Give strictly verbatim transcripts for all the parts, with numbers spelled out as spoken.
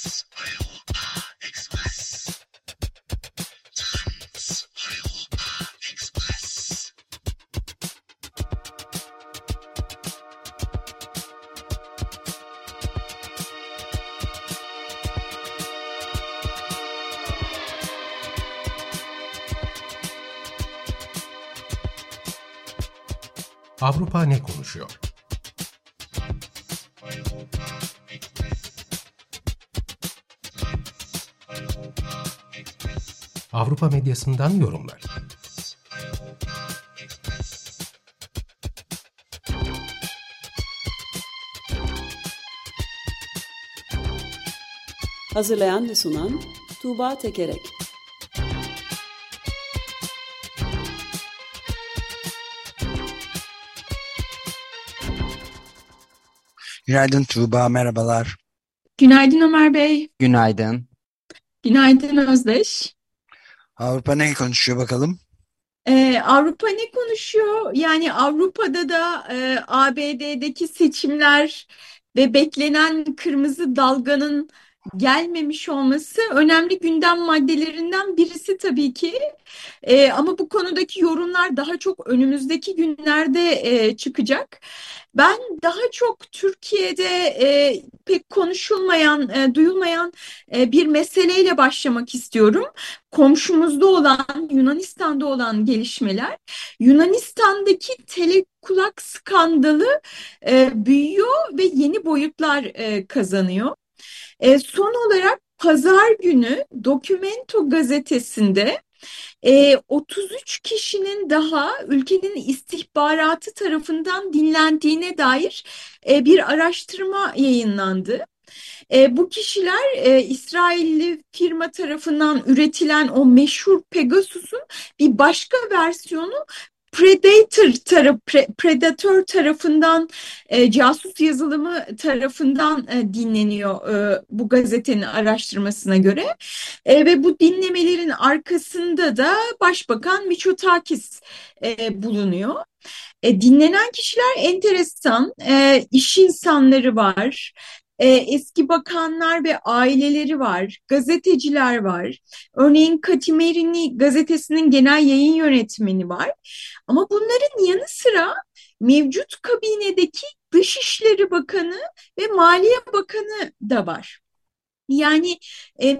Avrupa ne konuşuyor? Avrupa medyasından yorumlar. Hazırlayan ve sunan Tuğba Tekerek. Günaydın Tuğba, merhabalar. Günaydın Ömer Bey. Günaydın. Günaydın Özdeş. Avrupa ne konuşuyor bakalım? Ee, Avrupa ne konuşuyor? Yani Avrupa'da da e, A B D'deki seçimler ve beklenen kırmızı dalganın gelmemiş olması önemli gündem maddelerinden birisi tabii ki. Ee, ama bu konudaki yorumlar daha çok önümüzdeki günlerde e, çıkacak. Ben daha çok Türkiye'de e, pek konuşulmayan, e, duyulmayan e, bir meseleyle başlamak istiyorum. Komşumuzda olan, Yunanistan'da olan gelişmeler. Yunanistan'daki telekulak skandalı e, büyüyor ve yeni boyutlar e, kazanıyor. E, son olarak Pazar günü Documento gazetesinde e, otuz üç kişinin daha ülkenin istihbaratı tarafından dinlendiğine dair e, bir araştırma yayınlandı. E, bu kişiler e, İsrailli firma tarafından üretilen o meşhur Pegasus'un bir başka versiyonu Predator, taraf, pre, Predator tarafından e, casus yazılımı tarafından e, dinleniyor e, bu gazetenin araştırmasına göre e, ve bu dinlemelerin arkasında da Başbakan Mitsotakis e, bulunuyor. E, dinlenen kişiler enteresan, e, iş insanları var. E, eski bakanlar ve aileleri var, gazeteciler var. Örneğin Katimerini gazetesinin genel yayın yönetmeni var. Ama bunların yanı sıra mevcut kabinedeki Dışişleri Bakanı ve Maliye Bakanı da var. Yani e,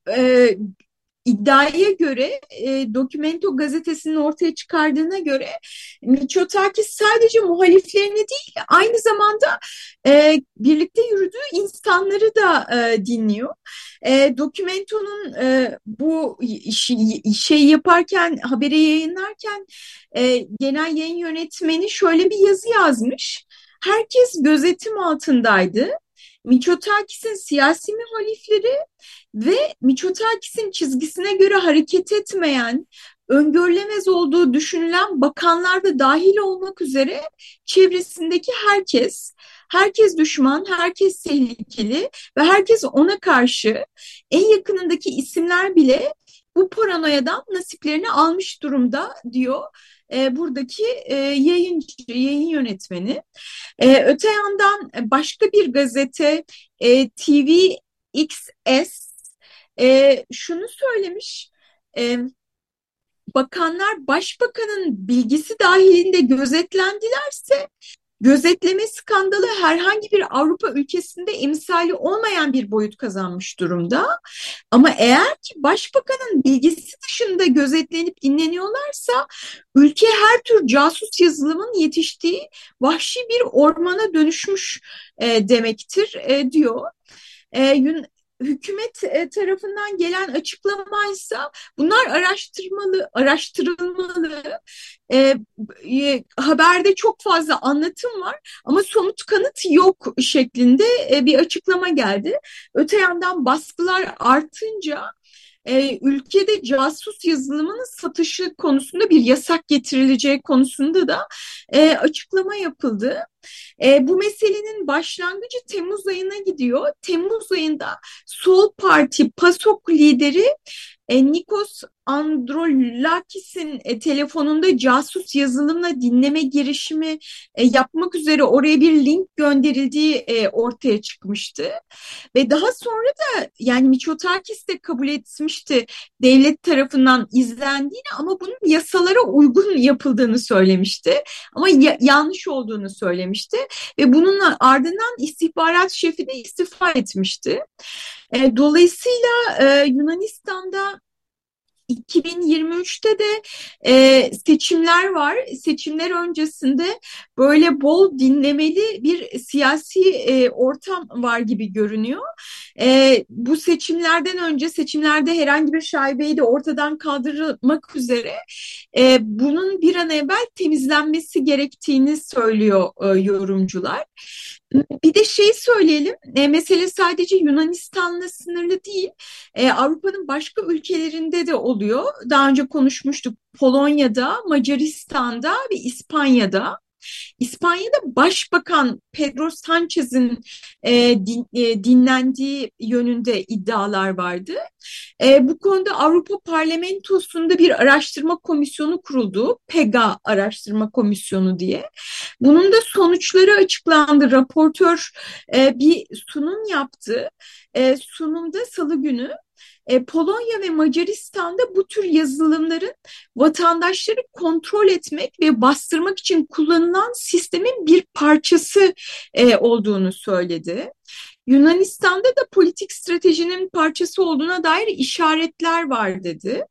e, İddiaya göre e, Documento gazetesinin ortaya çıkardığına göre Mitsotakis sadece muhaliflerini değil aynı zamanda e, birlikte yürüdüğü insanları da e, dinliyor. E, Documento'nun e, bu işi, şey yaparken haberi yayınlarken e, genel yayın yönetmeni şöyle bir yazı yazmış. Herkes gözetim altındaydı. Mitsotakis'in siyasi muhalifleri ve Mitsotakis'in çizgisine göre hareket etmeyen, öngörülemez olduğu düşünülen bakanlar da dahil olmak üzere çevresindeki herkes, herkes düşman, herkes tehlikeli ve herkes ona karşı, en yakınındaki isimler bile bu paranoyadan nasiplerini almış durumda diyor e, buradaki e, yayıncı, yayın yönetmeni. E, öte yandan başka bir gazete e, T V X S e, şunu söylemiş, e, bakanlar başbakanın bilgisi dahilinde gözetlendilerse gözetleme skandalı herhangi bir Avrupa ülkesinde emsali olmayan bir boyut kazanmış durumda. Ama eğer ki başbakanın bilgisi dışında gözetlenip dinleniyorlarsa ülke her tür casus yazılımın yetiştiği vahşi bir ormana dönüşmüş e, demektir e, diyor. E, Hükümet tarafından gelen açıklamaysa bunlar araştırmalı, araştırılmalı. E, e, haberde çok fazla anlatım var ama somut kanıt yok şeklinde e, bir açıklama geldi. Öte yandan baskılar artınca e, ülkede casus yazılımının satışı konusunda bir yasak getirileceği konusunda da e, açıklama yapıldı. E, bu meselenin başlangıcı Temmuz ayına gidiyor. Temmuz ayında Sol Parti PASOK lideri e, Nikos Androulakis'in e, telefonunda casus yazılımla dinleme girişimi e, yapmak üzere oraya bir link gönderildiği e, ortaya çıkmıştı. Ve daha sonra da yani Mitsotakis de kabul etmişti devlet tarafından izlendiğini ama bunun yasalara uygun yapıldığını söylemişti. Ama ya- yanlış olduğunu söylemişti ve bunun ardından istihbarat şefi de istifa etmişti. E, dolayısıyla e, Yunanistan'da iki bin yirmi üçte de e, seçimler var. Seçimler öncesinde böyle bol dinlemeli bir siyasi e, ortam var gibi görünüyor. E, bu seçimlerden önce seçimlerde herhangi bir şaibeyi de ortadan kaldırmak üzere e, bunun bir an evvel temizlenmesi gerektiğini söylüyor e, yorumcular. Bir de şey söyleyelim, e, mesele sadece Yunanistan'la sınırlı değil, e, Avrupa'nın başka ülkelerinde de oluyor. Daha önce konuşmuştuk, Polonya'da, Macaristan'da ve İspanya'da. İspanya'da Başbakan Pedro Sanchez'in e, din, e, dinlendiği yönünde iddialar vardı. E, bu konuda Avrupa Parlamentosu'nda bir araştırma komisyonu kuruldu. PEGA Araştırma Komisyonu diye. Bunun da sonuçları açıklandı. Raportör e, bir sunum yaptı. E, sunumda Salı günü e, Polonya ve Macaristan'da bu tür yazılımların vatandaşları kontrol etmek ve bastırmak için kullanılan sistemin bir parçası e, olduğunu söyledi. Yunanistan'da da politik stratejinin parçası olduğuna dair işaretler var dedi.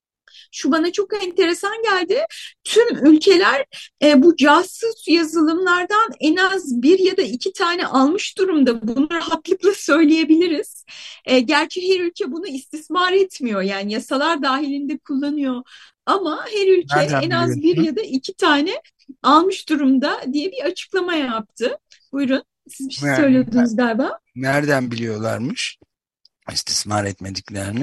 Şu bana çok enteresan geldi. Tüm ülkeler e, bu casus yazılımlardan en az bir ya da iki tane almış durumda. Bunu rahatlıkla söyleyebiliriz. E, gerçi her ülke bunu istismar etmiyor. Yani yasalar dahilinde kullanıyor. Ama her ülke Nereden en az bir biliyorsun? ya da iki tane almış durumda diye bir açıklama yaptı. Buyurun, siz bir şey Yani söylüyordunuz galiba. nereden biliyorlarmış istismar etmediklerini?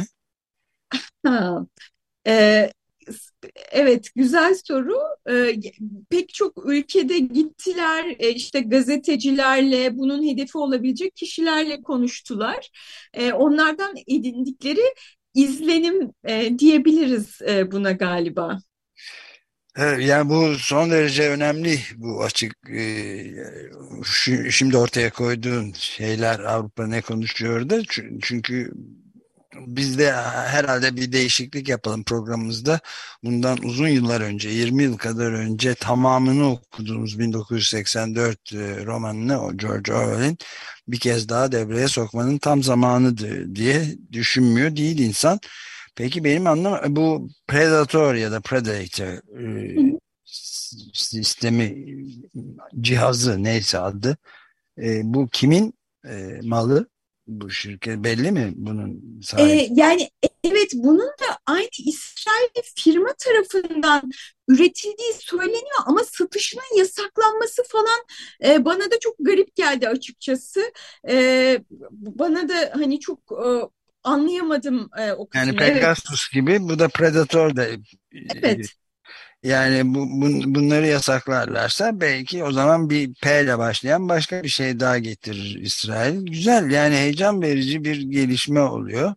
Ha. Ee, evet, güzel soru. Ee, pek çok ülkede gittiler, e, işte gazetecilerle, bunun hedefi olabilecek kişilerle konuştular. Ee, onlardan edindikleri izlenim e, diyebiliriz e, buna galiba. Evet, yani bu son derece önemli, bu açık e, şu, şimdi ortaya koyduğun şeyler. Avrupa ne konuşuyordu? Çün- Çünkü biz de herhalde bir değişiklik yapalım programımızda. Bundan uzun yıllar önce, yirmi yıl kadar önce tamamını okuduğumuz bin dokuz yüz seksen dört e, romanını, o George Orwell'in, bir kez daha devreye sokmanın tam zamanıdır diye düşünmüyor değil insan. Peki benim anlam bu Predator ya da Predator Hı e, hı. s- sistemi, cihazı neyse adı, e, bu kimin e, malı? Bu şirket belli mi bunun sahibi? Ee, yani evet, bunun da aynı İsrail firma tarafından üretildiği söyleniyor ama satışının yasaklanması falan e, bana da çok garip geldi açıkçası. E, bana da hani çok e, anlayamadım e, o Yani kısmını. Evet, Pegasus gibi, bu da Predator da, e, evet. yani bu, bun- bunları yasaklarlarsa belki o zaman bir P ile başlayan başka bir şey daha getirir İsrail. Güzel, yani heyecan verici bir gelişme oluyor.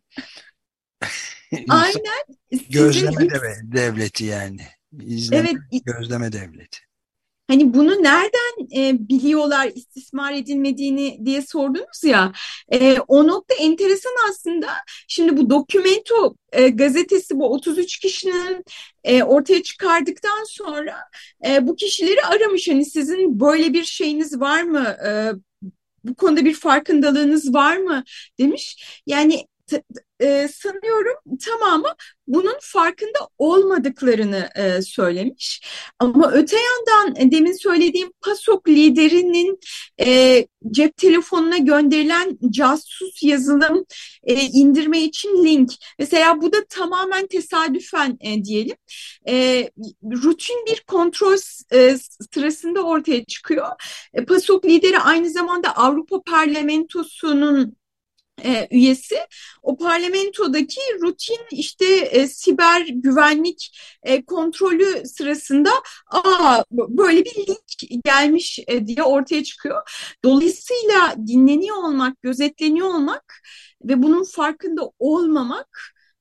İnsan Aynen, sizin gözleme ilk de devleti yani. İzleme, evet. gözleme devleti. Hani bunu nereden e, biliyorlar istismar edilmediğini diye sordunuz ya. E, o nokta enteresan aslında. Şimdi bu Documento e, gazetesi bu otuz üç kişinin e, ortaya çıkardıktan sonra e, bu kişileri aramış. Hani sizin böyle bir şeyiniz var mı? E, bu konuda bir farkındalığınız var mı demiş. Yani t- e, sanıyorum tamamı bunun farkında olmadıklarını e, söylemiş. Ama öte yandan e, demin söylediğim PASOK liderinin e, cep telefonuna gönderilen casus yazılım e, indirme için link. Mesela bu da tamamen tesadüfen e, diyelim. E, rutin bir kontrol e, sırasında ortaya çıkıyor. E, PASOK lideri aynı zamanda Avrupa Parlamentosu'nun e, üyesi. O parlamentodaki rutin işte e, siber güvenlik e, kontrolü sırasında aa böyle bir link gelmiş e, diye ortaya çıkıyor. Dolayısıyla dinleniyor olmak, gözetleniyor olmak ve bunun farkında olmamak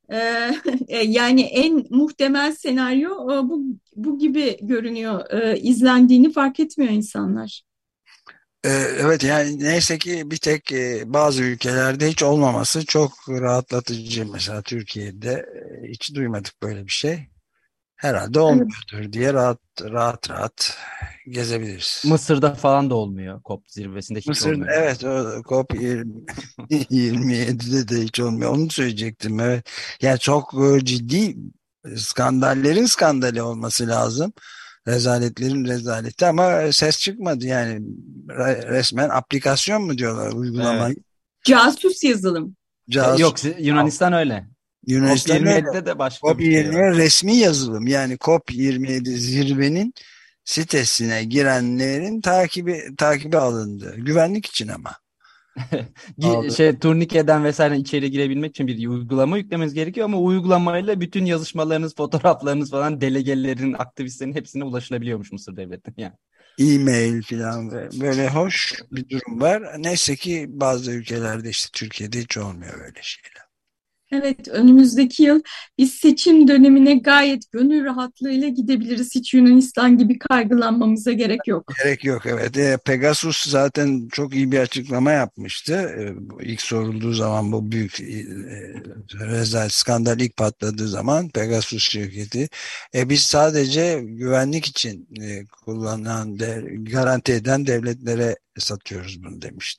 E, yani en muhtemel senaryo e, bu bu gibi görünüyor. E, izlendiğini fark etmiyor insanlar. Ee, Evet, yani neyse ki bir tek e, bazı ülkelerde hiç olmaması çok rahatlatıcı. Mesela Türkiye'de e, hiç duymadık böyle bir şey. Herhalde Evet. olmuyordur diye rahat rahat rahat gezebiliriz. Mısır'da falan da olmuyor. COP zirvesinde hiç Mısır, olmuyor. evet, o COP yirmi yirmi yedide de hiç olmuyor. Onu söyleyecektim, evet. Yani çok e, ciddi skandallerin skandali olması lazım. Rezaletlerin rezaleti ama ses çıkmadı yani. Re- resmen aplikasyon mu diyorlar Evet. uygulamayı. Casus yazılım. E, Casus. yok Yunanistan öyle. Yunanistan öyle. COP yirmi yedide de başka bir şey var. COP yirmiye resmi yazılım, yani COP yirmi yedi zirvenin sitesine girenlerin takibi takibi alındı. Güvenlik için ama. Gi- Şey turnikeden vesaire içeri girebilmek için bir uygulama yüklemeniz gerekiyor ama uygulamayla bütün yazışmalarınız, fotoğraflarınız falan delegelerin, aktivistlerin hepsine ulaşılabiliyormuş Mısır devleti yani. E-mail falan ve böyle hoş bir durum var. Neyse ki bazı ülkelerde, işte Türkiye'de hiç olmuyor böyle şeyler. Evet, önümüzdeki yıl biz seçim dönemine gayet gönül rahatlığıyla gidebiliriz. Hiç Yunanistan gibi kaygılanmamıza gerek yok. Gerek yok, evet. E, Pegasus zaten çok iyi bir açıklama yapmıştı. E, bu ilk sorulduğu zaman, bu büyük e, rezalet skandal ilk patladığı zaman, Pegasus şirketi e, biz sadece güvenlik için e, kullanılan de, garanti eden devletlere satıyoruz bunu demişti.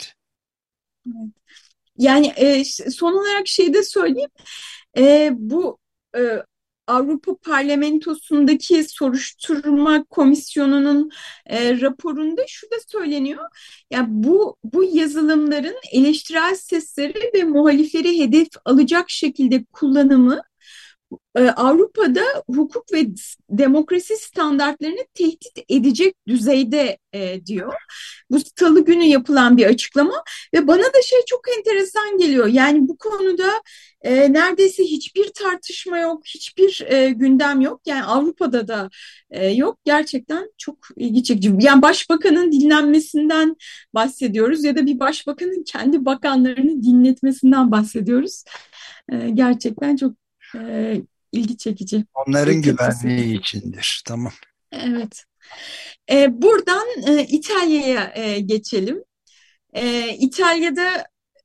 Yani e, son olarak şey de söyleyeyim. E, bu e, Avrupa Parlamentosu'ndaki soruşturma komisyonunun e, raporunda şu da söyleniyor. Ya bu bu yazılımların eleştirel sesleri ve muhalifleri hedef alacak şekilde kullanımı e, Avrupa'da hukuk ve demokrasi standartlarını tehdit edecek düzeyde e, diyor. Bu Salı günü yapılan bir açıklama ve bana da şey çok enteresan geliyor. Yani bu konuda e, neredeyse hiçbir tartışma yok, hiçbir e, gündem yok. Yani Avrupa'da da e, yok. Gerçekten çok ilgi çekici. Yani başbakanın dinlenmesinden bahsediyoruz ya da bir başbakanın kendi bakanlarını dinletmesinden bahsediyoruz. E, gerçekten çok e, ilgi çekici Onların ve tepkisi. güvenliği içindir. Tamam. Evet. E, buradan e, İtalya'ya e, geçelim. E, İtalya'da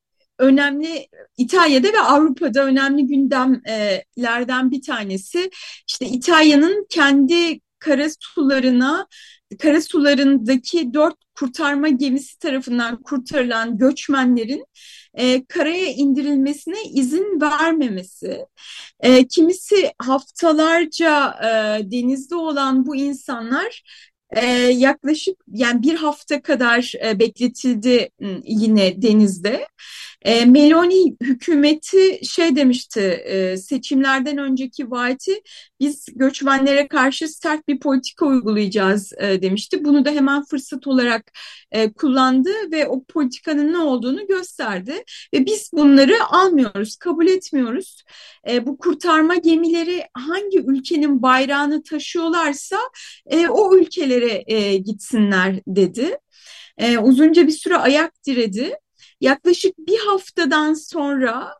önemli, İtalya'da ve Avrupa'da önemli gündemlerden bir tanesi, işte İtalya'nın kendi karasularına, karasularındaki dört kurtarma gemisi tarafından kurtarılan göçmenlerin e, karaya indirilmesine izin vermemesi. E, kimisi haftalarca e, denizde olan bu insanlar e, yaklaşık yani bir hafta kadar e, bekletildi yine denizde. E, Meloni hükümeti şey demişti, e, seçimlerden önceki vaati, biz göçmenlere karşı sert bir politika uygulayacağız e, demişti. Bunu da hemen fırsat olarak e, kullandı ve o politikanın ne olduğunu gösterdi. Ve biz bunları almıyoruz, kabul etmiyoruz. E, bu kurtarma gemileri hangi ülkenin bayrağını taşıyorlarsa e, o ülkelere e, gitsinler dedi. E, uzunca bir süre ayak diredi. Yaklaşık bir haftadan sonra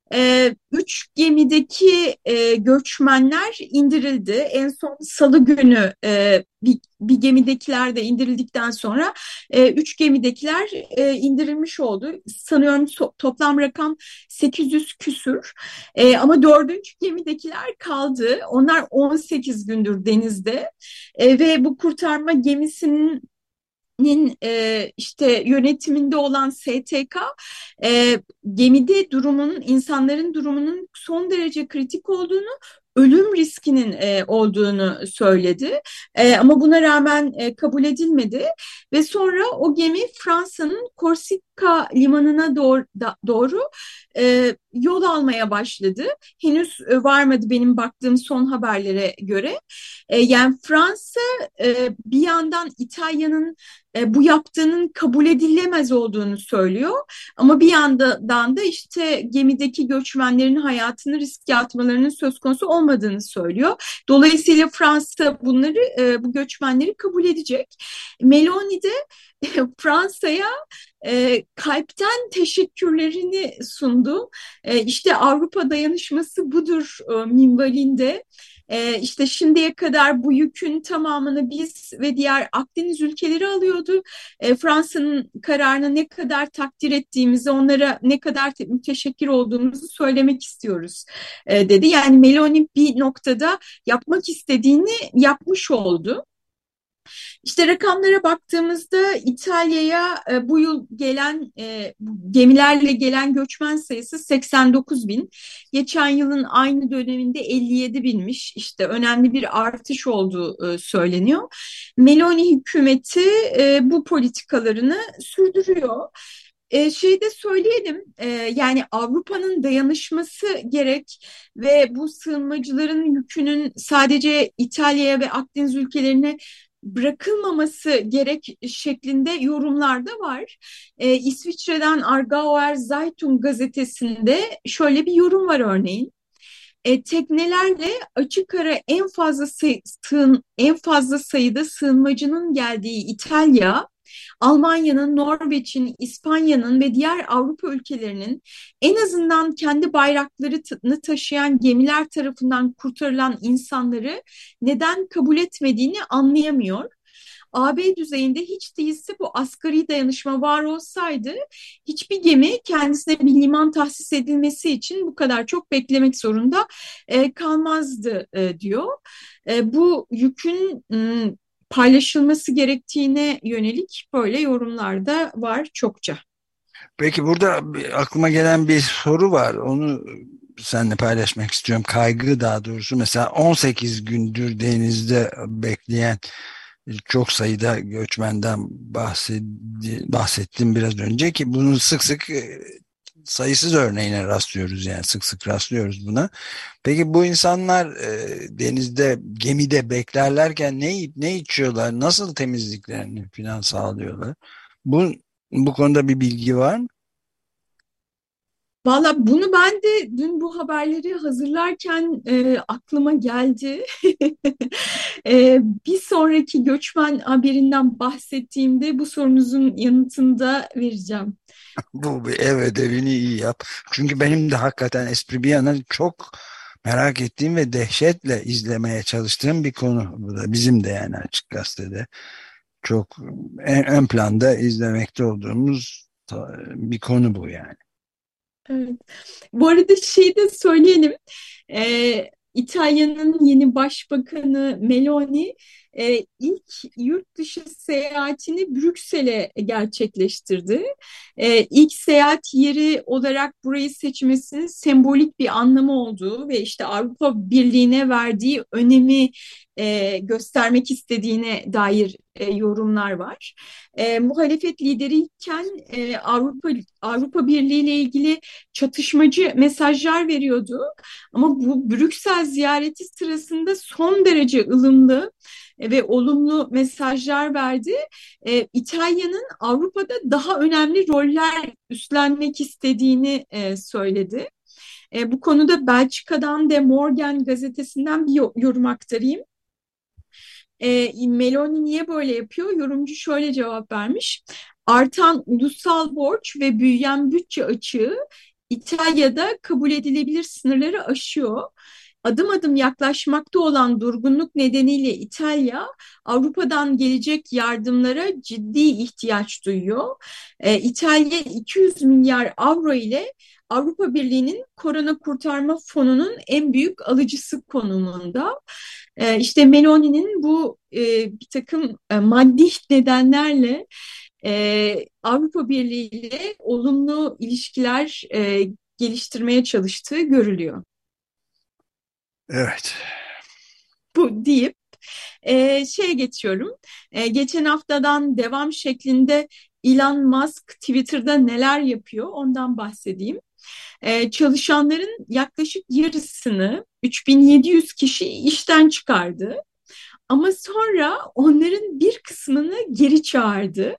e, üç gemideki e, göçmenler indirildi. En son Salı günü e, bir, bir gemidekiler de indirildikten sonra e, üç gemidekiler e, indirilmiş oldu. Sanıyorum so, toplam rakam sekiz yüz küsür. E, ama dördüncü gemidekiler kaldı. Onlar on sekiz gündür denizde e, ve bu kurtarma gemisinin nin e, işte yönetiminde olan S T K e, gemide durumunun, insanların durumunun son derece kritik olduğunu, ölüm riskinin e, olduğunu söyledi. E, ama buna rağmen e, kabul edilmedi ve sonra o gemi Fransa'nın Korsika limanına doğru, da, doğru e, yol almaya başladı. Henüz e, varmadı benim baktığım son haberlere göre. E, yani Fransa e, bir yandan İtalya'nın e, bu yaptığının kabul edilemez olduğunu söylüyor. Ama bir yandan da işte gemideki göçmenlerin hayatını riske atmalarının söz konusu olmadığını söylüyor. Dolayısıyla Fransa bunları, e, bu göçmenleri kabul edecek. Meloni de Fransa'ya e, kalpten teşekkürlerini sundu. E, işte Avrupa dayanışması budur e, minvalinde. E, işte şimdiye kadar bu yükün tamamını biz ve diğer Akdeniz ülkeleri alıyordu. E, Fransa'nın kararını ne kadar takdir ettiğimizi, onlara ne kadar te- müteşekkir olduğumuzu söylemek istiyoruz e, dedi. Yani Meloni bir noktada yapmak istediğini yapmış oldu. İşte rakamlara baktığımızda İtalya'ya e, bu yıl gelen e, gemilerle gelen göçmen sayısı seksen dokuz bin. Geçen yılın aynı döneminde elli yedi binmiş. İşte önemli bir artış olduğu e, söyleniyor. Meloni hükümeti e, bu politikalarını sürdürüyor. E, şey de söyleyelim, e, yani Avrupa'nın dayanışması gerek ve bu sığınmacıların yükünün sadece İtalya'ya ve Akdeniz ülkelerine bırakılmaması gerek şeklinde yorumlar da var. E, İsviçre'den Argauer Zeitung gazetesinde şöyle bir yorum var örneğin. E, teknelerle açık ara en fazla say- sığın, en fazla sayıda sığınmacının geldiği İtalya, Almanya'nın, Norveç'in, İspanya'nın ve diğer Avrupa ülkelerinin en azından kendi bayraklarını taşıyan gemiler tarafından kurtarılan insanları neden kabul etmediğini anlayamıyor. A B düzeyinde hiç değilse bu asgari dayanışma var olsaydı hiçbir gemi kendisine bir liman tahsis edilmesi için bu kadar çok beklemek zorunda e, kalmazdı e, diyor. E, bu yükün m, paylaşılması gerektiğine yönelik böyle yorumlar da var çokça. Peki burada bir- aklıma gelen bir soru var. Onu seninle paylaşmak istiyorum. Kaygı daha doğrusu. Mesela on sekiz gündür denizde bekleyen çok sayıda göçmenden bahsetti, bahsettim biraz önce ki bunun sık sık e, sayısız örneğine rastlıyoruz, yani sık sık rastlıyoruz buna. Peki bu insanlar e, denizde, gemide beklerlerken ne yiyip ne içiyorlar, nasıl temizliklerini falan sağlıyorlar? Bu bu konuda bir bilgi var mı? Valla bunu ben de dün bu haberleri hazırlarken e, aklıma geldi. E, bir sonraki göçmen haberinden bahsettiğimde bu sorunuzun yanıtını da vereceğim. Bu bir ev ödevini iyi yap. Çünkü benim de hakikaten espri bir yana çok merak ettiğim ve dehşetle izlemeye çalıştığım bir konu. Bu da bizim de, yani Açık Gazete'de çok en, ön planda izlemekte olduğumuz ta- bir konu bu yani. Evet. Bu arada şey de söyleyelim. Ee, İtalya'nın yeni başbakanı Meloni e, ilk yurt dışı seyahatini Brüksel'e gerçekleştirdi. E, ilk seyahat yeri olarak burayı seçmesinin sembolik bir anlamı olduğu ve işte Avrupa Birliği'ne verdiği önemi e, göstermek istediğine dair e, yorumlar var. E, muhalefet lideriyken e, Avrupa Avrupa Birliği ile ilgili çatışmacı mesajlar veriyordu. Ama bu Brüksel ziyareti sırasında son derece ılımlı ve olumlu mesajlar verdi. E, İtalya'nın Avrupa'da daha önemli roller üstlenmek istediğini e, söyledi. E, bu konuda Belçika'dan De Morgen gazetesinden bir yorum aktarayım. E, Meloni niye böyle yapıyor? Yorumcu şöyle cevap vermiş. Artan ulusal borç ve büyüyen bütçe açığı İtalya'da kabul edilebilir sınırları aşıyor. Adım adım yaklaşmakta olan durgunluk nedeniyle İtalya Avrupa'dan gelecek yardımlara ciddi ihtiyaç duyuyor. Ee, İtalya iki yüz milyar avro ile Avrupa Birliği'nin korona kurtarma fonunun en büyük alıcısı konumunda. Ee, işte Meloni'nin bu e, bir takım e, maddi nedenlerle e, Avrupa Birliği ile olumlu ilişkiler e, geliştirmeye çalıştığı görülüyor. Evet. Bu deyip e, şeye geçiyorum. E, geçen haftadan devam şeklinde Elon Musk Twitter'da neler yapıyor ondan bahsedeyim. E, çalışanların yaklaşık yarısını üç bin yedi yüz kişi işten çıkardı. ama sonra onların bir kısmını geri çağırdı.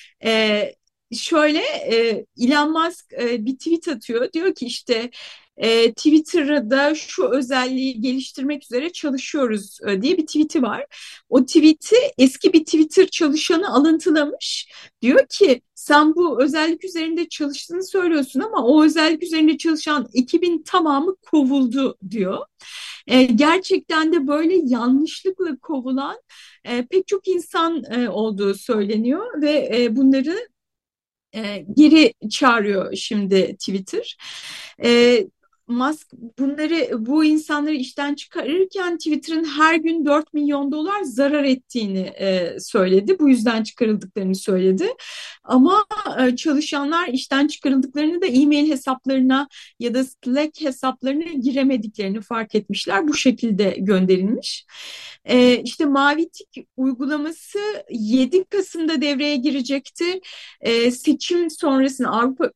E, şöyle e, Elon Musk e, bir tweet atıyor. Diyor ki işte e, Twitter'da şu özelliği geliştirmek üzere çalışıyoruz e, diye bir tweet'i var. O tweet'i eski bir Twitter çalışanı alıntılamış. Diyor ki sen bu özellik üzerinde çalıştığını söylüyorsun ama o özellik üzerinde çalışan ekibin tamamı kovuldu diyor. E, gerçekten de böyle yanlışlıkla kovulan e, pek çok insan e, olduğu söyleniyor ve e, bunları e, geri çağırıyor şimdi Twitter. E, Musk bunları bu insanları işten çıkarırken Twitter'ın her gün dört milyon dolar zarar ettiğini e, söyledi. Bu yüzden çıkarıldıklarını söyledi. Ama e, çalışanlar işten çıkarıldıklarını da e-mail hesaplarına ya da Slack hesaplarına giremediklerini fark etmişler. Bu şekilde gönderilmiş. E, işte Mavi Tik uygulaması yedi Kasım'da devreye girecekti. E, seçim sonrasında Avrupa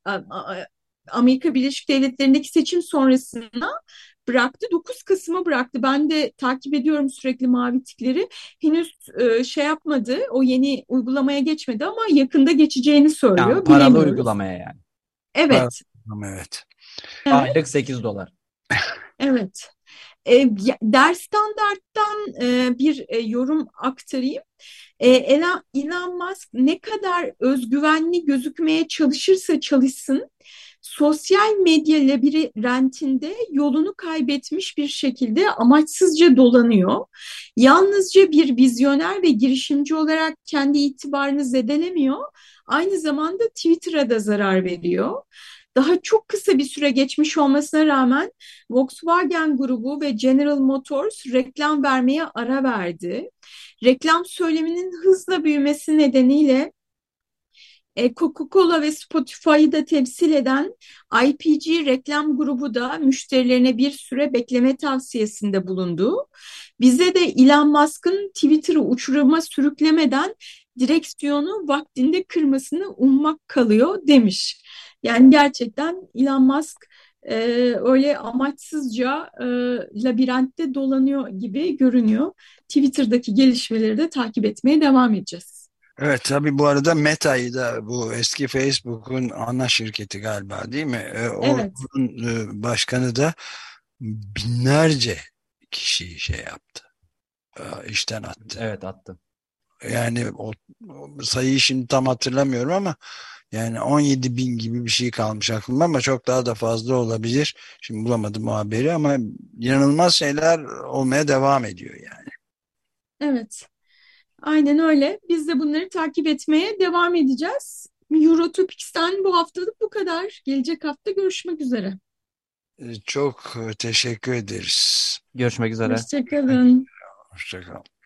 Amerika Birleşik Devletleri'ndeki seçim sonrasına bıraktı. dokuz Kasım'a bıraktı. Ben de takip ediyorum sürekli Mavi Tikleri. Henüz e, şey yapmadı. O yeni uygulamaya geçmedi ama yakında geçeceğini Yani söylüyor. paralı Bilemiyoruz. uygulamaya yani. Evet. Evet. Evet. Aylık sekiz dolar. Evet. E, Der Standart'tan e, bir e, yorum aktarayım. E, Elon, Elon Musk ne kadar özgüvenli gözükmeye çalışırsa çalışsın, sosyal medya labirentinde yolunu kaybetmiş bir şekilde amaçsızca dolanıyor. Yalnızca bir vizyoner ve girişimci olarak kendi itibarını zedelemiyor, aynı zamanda Twitter'a da zarar veriyor. Daha çok kısa bir süre geçmiş olmasına rağmen Volkswagen grubu ve General Motors reklam vermeye ara verdi. Reklam söyleminin hızla büyümesi nedeniyle e, Coca-Cola ve Spotify'ı da temsil eden I P G reklam grubu da müşterilerine bir süre bekleme tavsiyesinde bulundu. Bize de Elon Musk'ın Twitter'ı uçuruma sürüklemeden direksiyonu vaktinde kırmasını ummak kalıyor demiş. Yani gerçekten Elon Musk e, öyle amaçsızca e, labirentte dolanıyor gibi görünüyor. Twitter'daki gelişmeleri de takip etmeye devam edeceğiz. Evet, tabii bu arada Meta'yı da, bu eski Facebook'un ana şirketi galiba, değil mi? E, Evet. onun e, başkanı da binlerce kişiyi şey yaptı. E, işten attı. Evet, attı. Yani o, o sayıyı şimdi tam hatırlamıyorum ama yani on yedi bin gibi bir şey kalmış aklımda, ama çok daha da fazla olabilir. Şimdi bulamadım o haberi, ama inanılmaz şeyler olmaya devam ediyor yani. Evet. Aynen öyle. Biz de bunları takip etmeye devam edeceğiz. Eurotopics'ten bu haftalık bu kadar. Gelecek hafta görüşmek üzere. E, Çok teşekkür ederiz. Görüşmek üzere. Hoşça kalın. Hoşça kal.